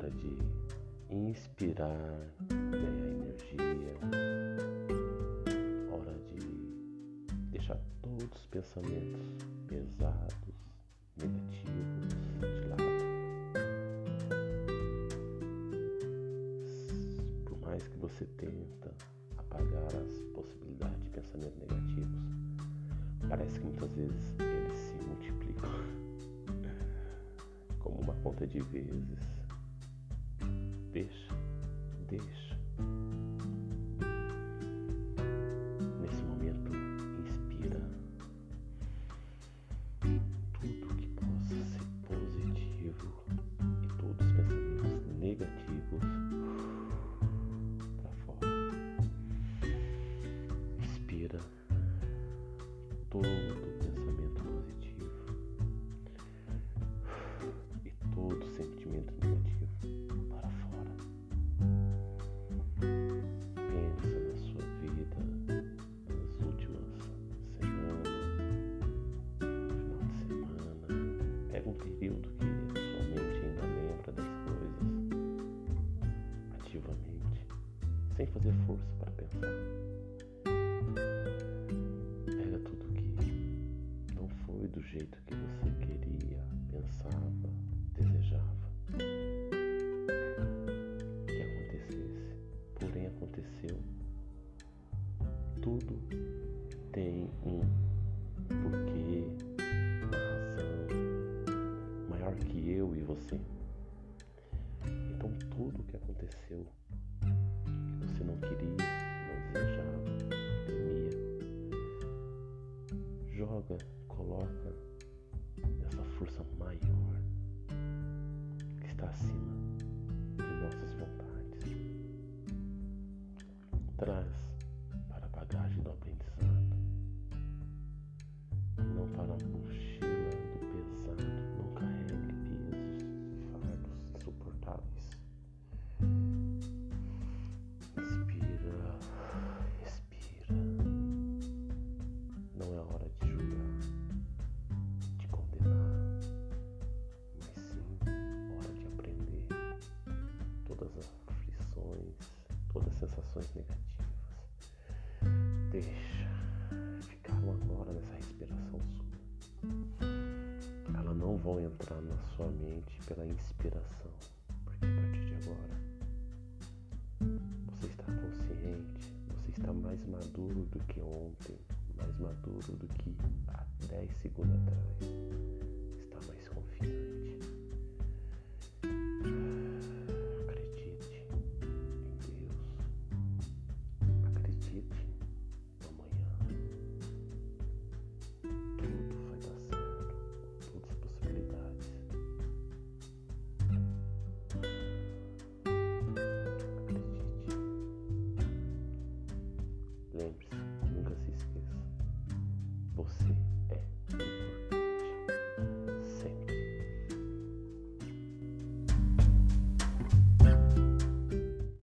hora de inspirar, ganhar energia, hora de deixar todos os pensamentos pesados, negativos de lado. Por mais que você tenta apagar as possibilidades de pensamentos negativos, parece que muitas vezes eles se multiplicam como uma conta de vezes. Deixa. Nesse momento, inspira tudo que possa ser positivo e todos os pensamentos negativos para fora. Inspira todo pensamento positivo e todo sentimento negativo para fora. Pensa na sua vida nas últimas semanas, no final de semana. Pega um período que a sua mente ainda lembra das coisas ativamente, sem fazer força para pensar. Pega tudo que não foi do jeito que você queria, pensava, desejava que acontecesse, porém aconteceu. Tudo tem um porquê, uma razão maior que eu e você. Então tudo que aconteceu, que você não queria, não desejava, temia, joga, coloca essa força maior que está acima de nossas vontades. Traz para a bagagem do aprendizado, não para a mochila do pesado. Não carregue pesos, fardos insuportáveis. Respira. Não é hora de julgar, de condenar, mas sim hora de aprender todas as aflições, todas as sensações negativas. Deixa ficar agora nessa respiração sua. Elas não vão entrar na sua mente pela inspiração, porque a partir de agora você está consciente, você está mais maduro do que ontem, mais maduro do que há 10 segundos atrás, está mais confiante. Acredite em Deus, acredite no amanhã. Tudo vai dar certo, todas as possibilidades. Acredite. Lembre-se, nunca se esqueça. Você